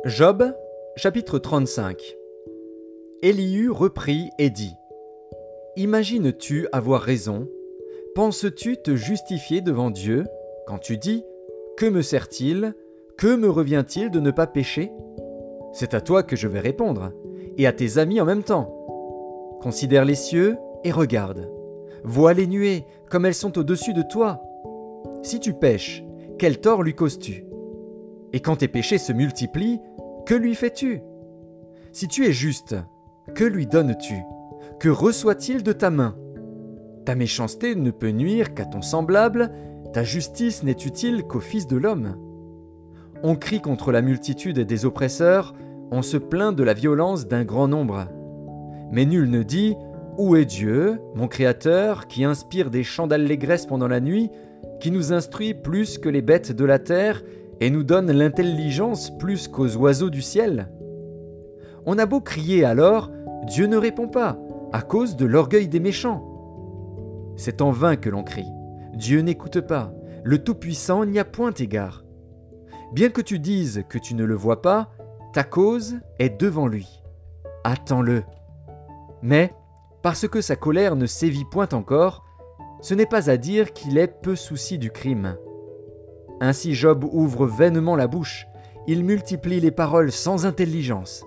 Job, chapitre 35. Élihu reprit et dit : Imagines-tu avoir raison ? Penses-tu te justifier devant Dieu quand tu dis : Que me sert-il ? Que me revient-il de ne pas pécher ? C'est à toi que je vais répondre, et à tes amis en même temps. Considère les cieux et regarde. Vois les nuées, comme elles sont au-dessus de toi. Si tu pèches, quel tort lui causes-tu ? Et quand tes péchés se multiplient, que lui fais-tu ? Si tu es juste, que lui donnes-tu ? Que reçoit-il de ta main ? Ta méchanceté ne peut nuire qu'à ton semblable, ta justice n'est utile qu'au Fils de l'homme. On crie contre la multitude des oppresseurs, on se plaint de la violence d'un grand nombre. Mais nul ne dit : Où est Dieu, mon Créateur, qui inspire des chants d'allégresse pendant la nuit, qui nous instruit plus que les bêtes de la terre et nous donne l'intelligence plus qu'aux oiseaux du ciel ? On a beau crier alors, Dieu ne répond pas, à cause de l'orgueil des méchants. C'est en vain que l'on crie. Dieu n'écoute pas, le Tout-Puissant n'y a point égard. Bien que tu dises que tu ne le vois pas, ta cause est devant lui. Attends-le. Mais, parce que sa colère ne sévit point encore, ce n'est pas à dire qu'il ait peu souci du crime. Ainsi Job ouvre vainement la bouche, il multiplie les paroles sans intelligence.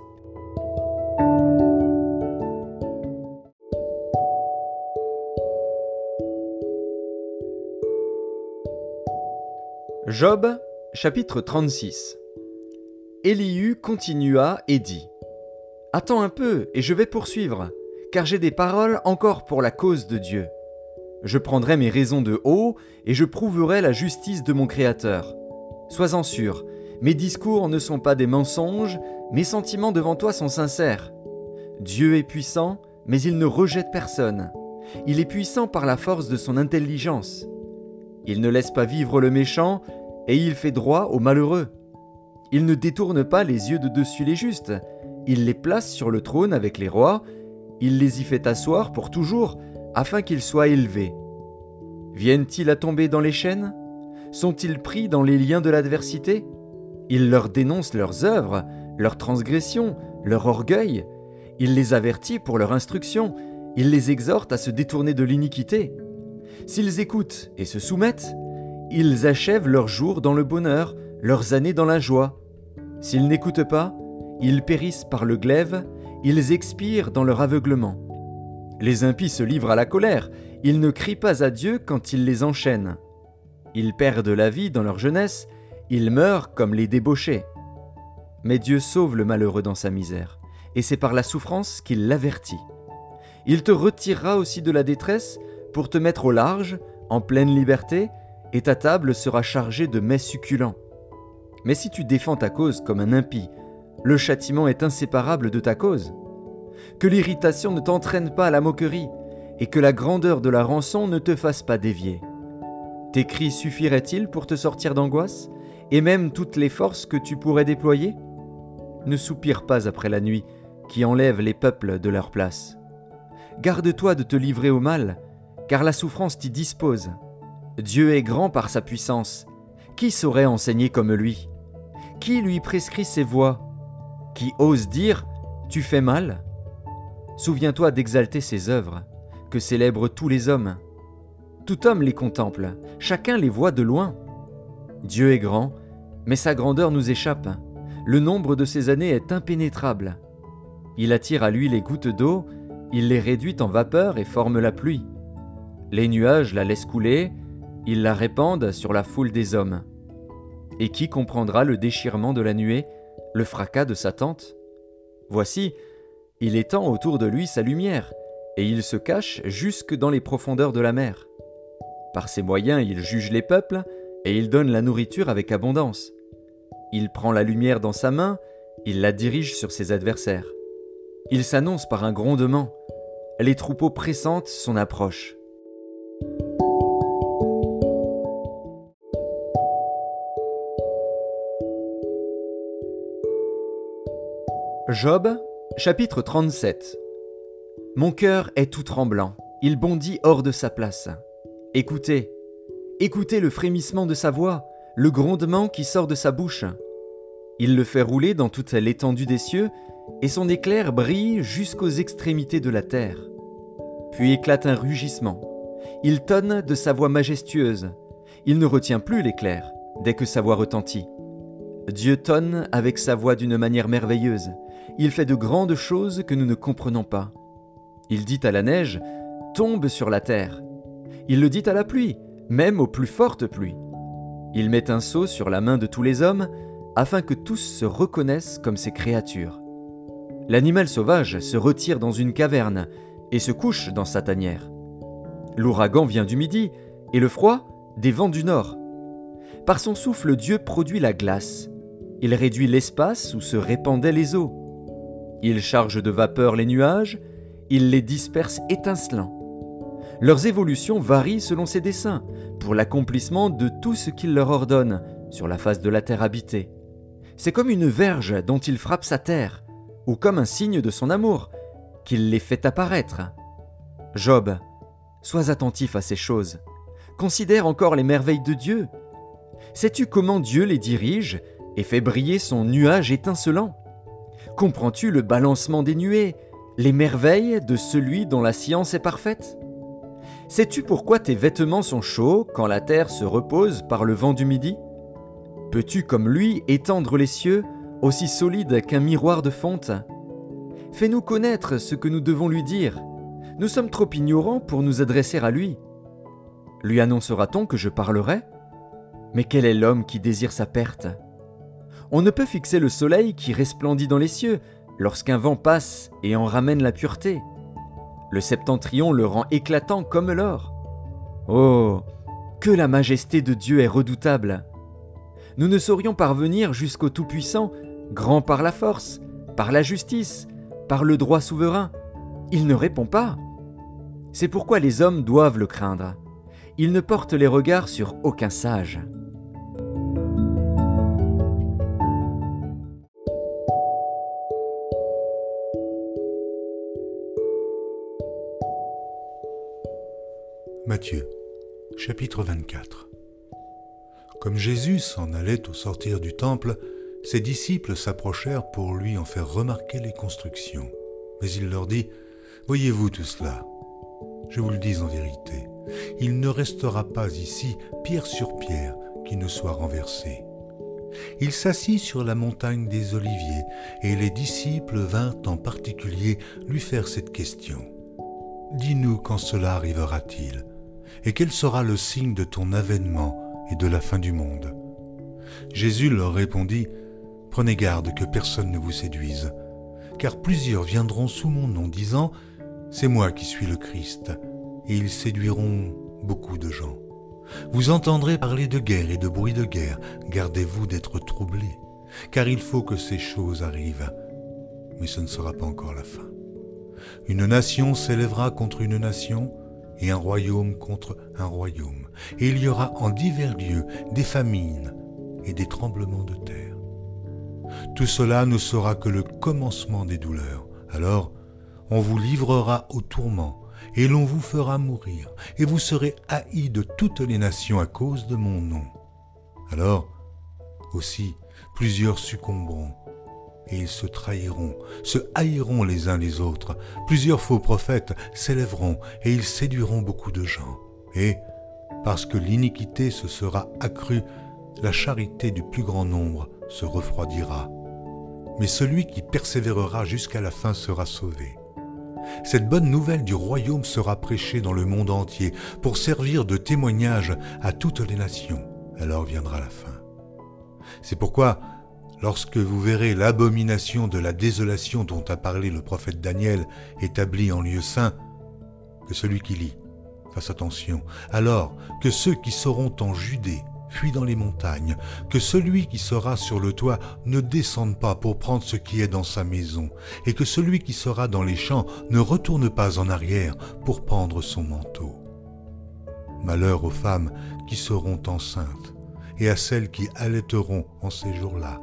Job, chapitre 36. Élihu continua et dit : Attends un peu, et je vais poursuivre, car j'ai des paroles encore pour la cause de Dieu. Je prendrai mes raisons de haut, et je prouverai la justice de mon Créateur. Sois-en sûr, mes discours ne sont pas des mensonges, mes sentiments devant toi sont sincères. Dieu est puissant, mais il ne rejette personne. Il est puissant par la force de son intelligence. Il ne laisse pas vivre le méchant, et il fait droit aux malheureux. Il ne détourne pas les yeux de dessus les justes. Il les place sur le trône avec les rois. Il les y fait asseoir pour toujours, afin qu'ils soient élevés. Viennent-ils à tomber dans les chaînes ? Sont-ils pris dans les liens de l'adversité ? Il leur dénonce leurs œuvres, leurs transgressions, leur orgueil. Il les avertit pour leur instruction. Il les exhorte à se détourner de l'iniquité. S'ils écoutent et se soumettent, ils achèvent leurs jours dans le bonheur, leurs années dans la joie. S'ils n'écoutent pas, ils périssent par le glaive, ils expirent dans leur aveuglement. Les impies se livrent à la colère, ils ne crient pas à Dieu quand il les enchaîne. Ils perdent la vie dans leur jeunesse, ils meurent comme les débauchés. Mais Dieu sauve le malheureux dans sa misère, et c'est par la souffrance qu'il l'avertit. Il te retirera aussi de la détresse pour te mettre au large, en pleine liberté, et ta table sera chargée de mets succulents. Mais si tu défends ta cause comme un impie, le châtiment est inséparable de ta cause. Que l'irritation ne t'entraîne pas à la moquerie, et que la grandeur de la rançon ne te fasse pas dévier. Tes cris suffiraient-ils pour te sortir d'angoisse, et même toutes les forces que tu pourrais déployer ? Ne soupire pas après la nuit, qui enlève les peuples de leur place. Garde-toi de te livrer au mal, car la souffrance t'y dispose. Dieu est grand par sa puissance. Qui saurait enseigner comme lui ? Qui lui prescrit ses voies ? Qui ose dire « Tu fais mal » ? Souviens-toi d'exalter ses œuvres, que célèbrent tous les hommes. Tout homme les contemple, chacun les voit de loin. Dieu est grand, mais sa grandeur nous échappe. Le nombre de ses années est impénétrable. Il attire à lui les gouttes d'eau, il les réduit en vapeur et forme la pluie. Les nuages la laissent couler, ils la répandent sur la foule des hommes. Et qui comprendra le déchirement de la nuée, le fracas de sa tente ? Voici, il étend autour de lui sa lumière, et il se cache jusque dans les profondeurs de la mer. Par ses moyens, il juge les peuples, et il donne la nourriture avec abondance. Il prend la lumière dans sa main, il la dirige sur ses adversaires. Il s'annonce par un grondement. Les troupeaux pressentent son approche. Job, chapitre 37. Mon cœur est tout tremblant, il bondit hors de sa place. Écoutez le frémissement de sa voix, le grondement qui sort de sa bouche. Il le fait rouler dans toute l'étendue des cieux, et son éclair brille jusqu'aux extrémités de la terre. Puis éclate un rugissement. Il tonne de sa voix majestueuse. Il ne retient plus l'éclair, dès que sa voix retentit. Dieu tonne avec sa voix d'une manière merveilleuse. Il fait de grandes choses que nous ne comprenons pas. Il dit à la neige, « Tombe sur la terre ». Il le dit à la pluie, même aux plus fortes pluies. Il met un sceau sur la main de tous les hommes, afin que tous se reconnaissent comme ses créatures. L'animal sauvage se retire dans une caverne et se couche dans sa tanière. L'ouragan vient du midi, et le froid des vents du nord. Par son souffle, Dieu produit la glace. Il réduit l'espace où se répandaient les eaux. Il charge de vapeur les nuages, il les disperse étincelants. Leurs évolutions varient selon ses desseins, pour l'accomplissement de tout ce qu'il leur ordonne sur la face de la terre habitée. C'est comme une verge dont il frappe sa terre, ou comme un signe de son amour, qu'il les fait apparaître. Job, sois attentif à ces choses. Considère encore les merveilles de Dieu. Sais-tu comment Dieu les dirige et fait briller son nuage étincelant? Comprends-tu le balancement des nuées, les merveilles de celui dont la science est parfaite? Sais-tu pourquoi tes vêtements sont chauds quand la terre se repose par le vent du midi? Peux-tu comme lui étendre les cieux, aussi solides qu'un miroir de fonte? Fais-nous connaître ce que nous devons lui dire. Nous sommes trop ignorants pour nous adresser à lui. Lui annoncera-t-on que je parlerai? Mais quel est l'homme qui désire sa perte? On ne peut fixer le soleil qui resplendit dans les cieux lorsqu'un vent passe et en ramène la pureté. Le septentrion le rend éclatant comme l'or. Oh, que la majesté de Dieu est redoutable! Nous ne saurions parvenir jusqu'au Tout-Puissant, grand par la force, par la justice, par le droit souverain. Il ne répond pas. C'est pourquoi les hommes doivent le craindre. Il ne porte les regards sur aucun sage. Matthieu, chapitre 24. Comme Jésus s'en allait au sortir du temple, ses disciples s'approchèrent pour lui en faire remarquer les constructions. Mais il leur dit, « Voyez-vous tout cela? Je vous le dis en vérité, il ne restera pas ici pierre sur pierre qui ne soit renversée. » Il s'assit sur la montagne des Oliviers, et les disciples vinrent en particulier lui faire cette question. « Dis-nous quand cela arrivera-t-il, et quel sera le signe de ton avènement et de la fin du monde ?» Jésus leur répondit, « Prenez garde que personne ne vous séduise, car plusieurs viendront sous mon nom disant, « C'est moi qui suis le Christ », et ils séduiront beaucoup de gens. Vous entendrez parler de guerre et de bruit de guerre, gardez-vous d'être troublés, car il faut que ces choses arrivent, mais ce ne sera pas encore la fin. Une nation s'élèvera contre une nation, et un royaume contre un royaume, et il y aura en divers lieux des famines et des tremblements de terre. Tout cela ne sera que le commencement des douleurs. Alors, on vous livrera au tourment, et l'on vous fera mourir, et vous serez haïs de toutes les nations à cause de mon nom. Alors, aussi, plusieurs succomberont, et ils se trahiront, se haïront les uns les autres. Plusieurs faux prophètes s'élèveront, et ils séduiront beaucoup de gens. Et, parce que l'iniquité se sera accrue, la charité du plus grand nombre se refroidira. Mais celui qui persévérera jusqu'à la fin sera sauvé. Cette bonne nouvelle du royaume sera prêchée dans le monde entier pour servir de témoignage à toutes les nations. Alors viendra la fin. C'est pourquoi, lorsque vous verrez l'abomination de la désolation dont a parlé le prophète Daniel établie en lieu saint, que celui qui lit fasse attention. Alors que ceux qui seront en Judée fuient dans les montagnes, que celui qui sera sur le toit ne descende pas pour prendre ce qui est dans sa maison, et que celui qui sera dans les champs ne retourne pas en arrière pour prendre son manteau. Malheur aux femmes qui seront enceintes, et à celles qui allaiteront en ces jours-là.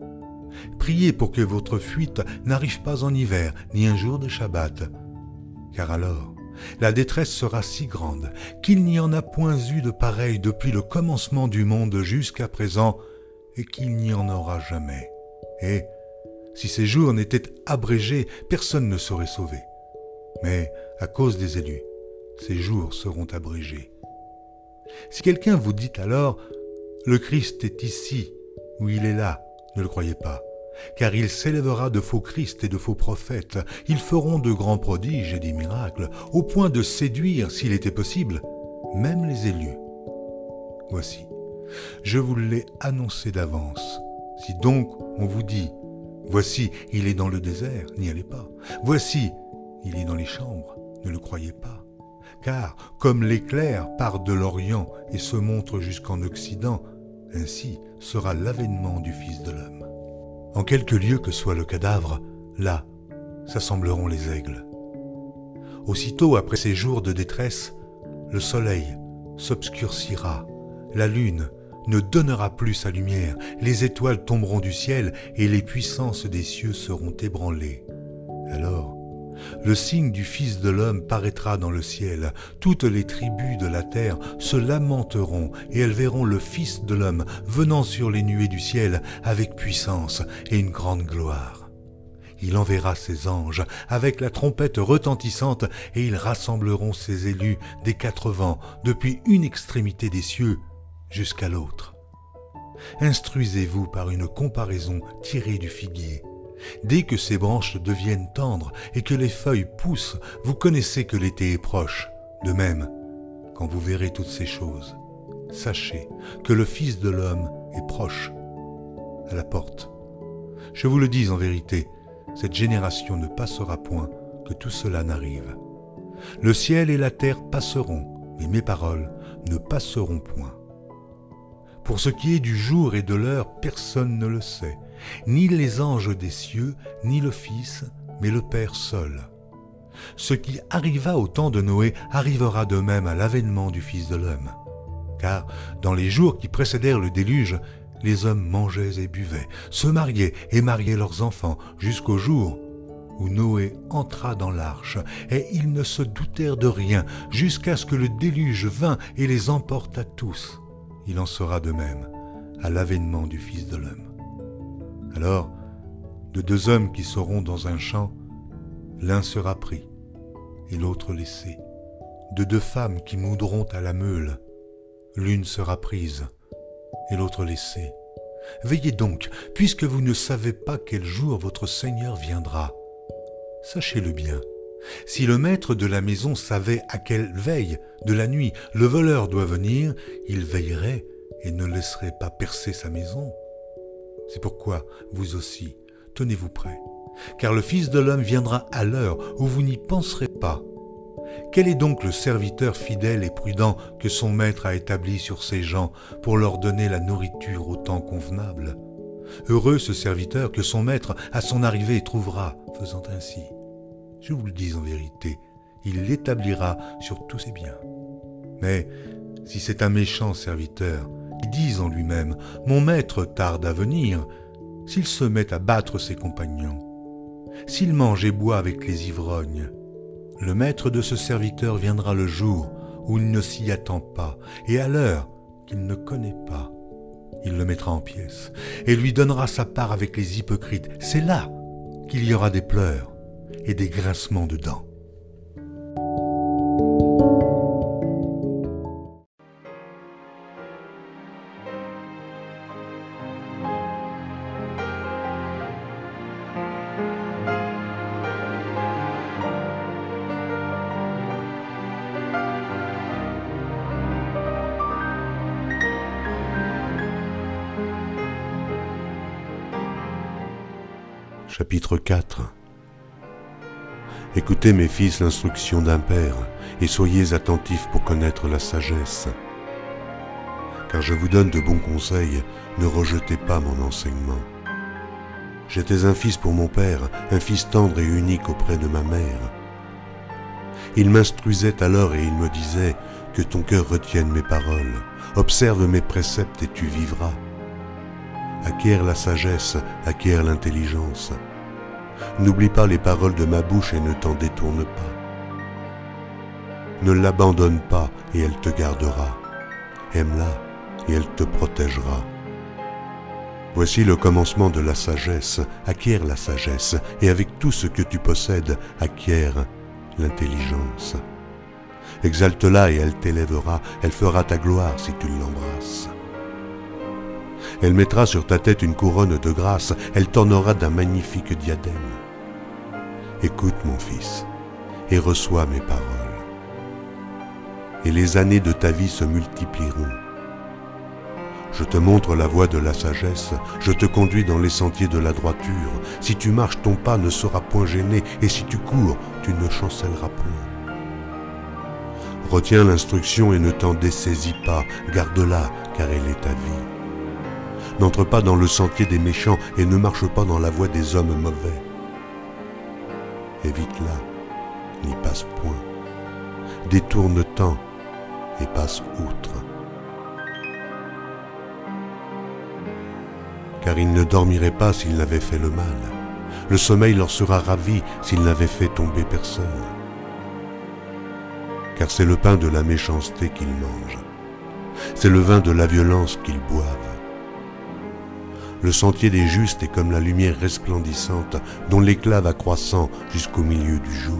Priez pour que votre fuite n'arrive pas en hiver, ni un jour de Shabbat, car alors la détresse sera si grande qu'il n'y en a point eu de pareil depuis le commencement du monde jusqu'à présent, et qu'il n'y en aura jamais. Et si ces jours n'étaient abrégés, personne ne serait sauvé. Mais à cause des élus, ces jours seront abrégés. Si quelqu'un vous dit alors « Le Christ est ici » ou « Il est là », ne le croyez pas, car il s'élèvera de faux Christ et de faux prophètes. Ils feront de grands prodiges et des miracles, au point de séduire, s'il était possible, même les élus. Voici, je vous l'ai annoncé d'avance. Si donc on vous dit « Voici, il est dans le désert », n'y allez pas. « Voici, il est dans les chambres », ne le croyez pas. Car comme l'éclair part de l'Orient et se montre jusqu'en Occident, ainsi sera l'avènement du Fils de l'homme. En quelque lieu que soit le cadavre, là s'assembleront les aigles. Aussitôt après ces jours de détresse, le soleil s'obscurcira, la lune ne donnera plus sa lumière, les étoiles tomberont du ciel et les puissances des cieux seront ébranlées. Alors, le signe du Fils de l'homme paraîtra dans le ciel. Toutes les tribus de la terre se lamenteront et elles verront le Fils de l'homme venant sur les nuées du ciel avec puissance et une grande gloire. Il enverra ses anges avec la trompette retentissante et ils rassembleront ses élus des quatre vents depuis une extrémité des cieux jusqu'à l'autre. Instruisez-vous par une comparaison tirée du figuier. Dès que ses branches deviennent tendres et que les feuilles poussent, vous connaissez que l'été est proche. De même, quand vous verrez toutes ces choses, sachez que le Fils de l'homme est proche, à la porte. Je vous le dis en vérité, cette génération ne passera point que tout cela n'arrive. Le ciel et la terre passeront, mais mes paroles ne passeront point. Pour ce qui est du jour et de l'heure, personne ne le sait, ni les anges des cieux, ni le Fils, mais le Père seul. Ce qui arriva au temps de Noé arrivera de même à l'avènement du Fils de l'homme. Car dans les jours qui précédèrent le déluge, les hommes mangeaient et buvaient, se mariaient et mariaient leurs enfants, jusqu'au jour où Noé entra dans l'arche, et ils ne se doutèrent de rien, jusqu'à ce que le déluge vînt et les emporta tous. Il en sera de même à l'avènement du Fils de l'homme. Alors, de deux hommes qui seront dans un champ, l'un sera pris et l'autre laissé. De deux femmes qui moudront à la meule, l'une sera prise et l'autre laissée. Veillez donc, puisque vous ne savez pas quel jour votre Seigneur viendra. Sachez-le bien, si le maître de la maison savait à quelle veille de la nuit le voleur doit venir, il veillerait et ne laisserait pas percer sa maison. C'est pourquoi, vous aussi, tenez-vous prêts, car le Fils de l'homme viendra à l'heure où vous n'y penserez pas. Quel est donc le serviteur fidèle et prudent que son maître a établi sur ses gens pour leur donner la nourriture au temps convenable? Heureux ce serviteur que son maître à son arrivée trouvera, faisant ainsi. Je vous le dis en vérité, il l'établira sur tous ses biens. Mais si c'est un méchant serviteur, qui dit en lui-même « Mon maître tarde à venir », s'il se met à battre ses compagnons, s'il mange et boit avec les ivrognes, le maître de ce serviteur viendra le jour où il ne s'y attend pas, et à l'heure qu'il ne connaît pas. Il le mettra en pièces, et lui donnera sa part avec les hypocrites. C'est là qu'il y aura des pleurs et des grincements de dents. Chapitre 4. Écoutez mes fils l'instruction d'un père, et soyez attentifs pour connaître la sagesse. Car je vous donne de bons conseils, ne rejetez pas mon enseignement. J'étais un fils pour mon père, un fils tendre et unique auprès de ma mère. Il m'instruisait alors et il me disait, que ton cœur retienne mes paroles, observe mes préceptes et tu vivras. Acquiert la sagesse, acquiert l'intelligence. N'oublie pas les paroles de ma bouche et ne t'en détourne pas. Ne l'abandonne pas et elle te gardera. Aime-la et elle te protégera. Voici le commencement de la sagesse. Acquiert la sagesse, et avec tout ce que tu possèdes, acquiert l'intelligence. Exalte-la et elle t'élèvera, elle fera ta gloire si tu l'embrasses. Elle mettra sur ta tête une couronne de grâce, elle t'ornera d'un magnifique diadème. Écoute mon fils, et reçois mes paroles. Et les années de ta vie se multiplieront. Je te montre la voie de la sagesse, je te conduis dans les sentiers de la droiture. Si tu marches, ton pas ne sera point gêné, et si tu cours, tu ne chancelleras point. Retiens l'instruction et ne t'en dessaisis pas, garde-la, car elle est ta vie. N'entre pas dans le sentier des méchants et ne marche pas dans la voie des hommes mauvais. Évite-la, n'y passe point. Détourne-t'en et passe outre. Car ils ne dormiraient pas s'ils n'avaient fait le mal. Le sommeil leur sera ravi s'ils n'avaient fait tomber personne. Car c'est le pain de la méchanceté qu'ils mangent. C'est le vin de la violence qu'ils boivent. Le sentier des justes est comme la lumière resplendissante dont l'éclat va croissant jusqu'au milieu du jour.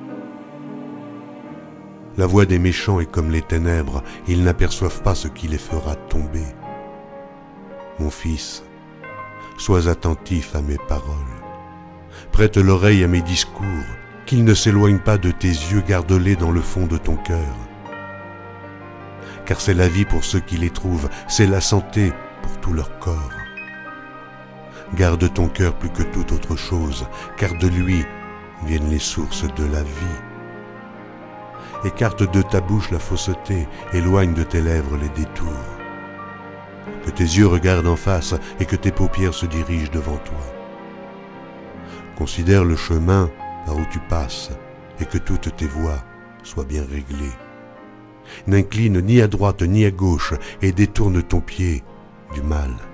La voie des méchants est comme les ténèbres, ils n'aperçoivent pas ce qui les fera tomber. Mon fils, sois attentif à mes paroles. Prête l'oreille à mes discours, qu'ils ne s'éloignent pas de tes yeux, garde-les dans le fond de ton cœur. Car c'est la vie pour ceux qui les trouvent, c'est la santé pour tout leur corps. Garde ton cœur plus que toute autre chose, car de lui viennent les sources de la vie. Écarte de ta bouche la fausseté, éloigne de tes lèvres les détours. Que tes yeux regardent en face et que tes paupières se dirigent devant toi. Considère le chemin par où tu passes et que toutes tes voies soient bien réglées. N'incline ni à droite ni à gauche et détourne ton pied du mal.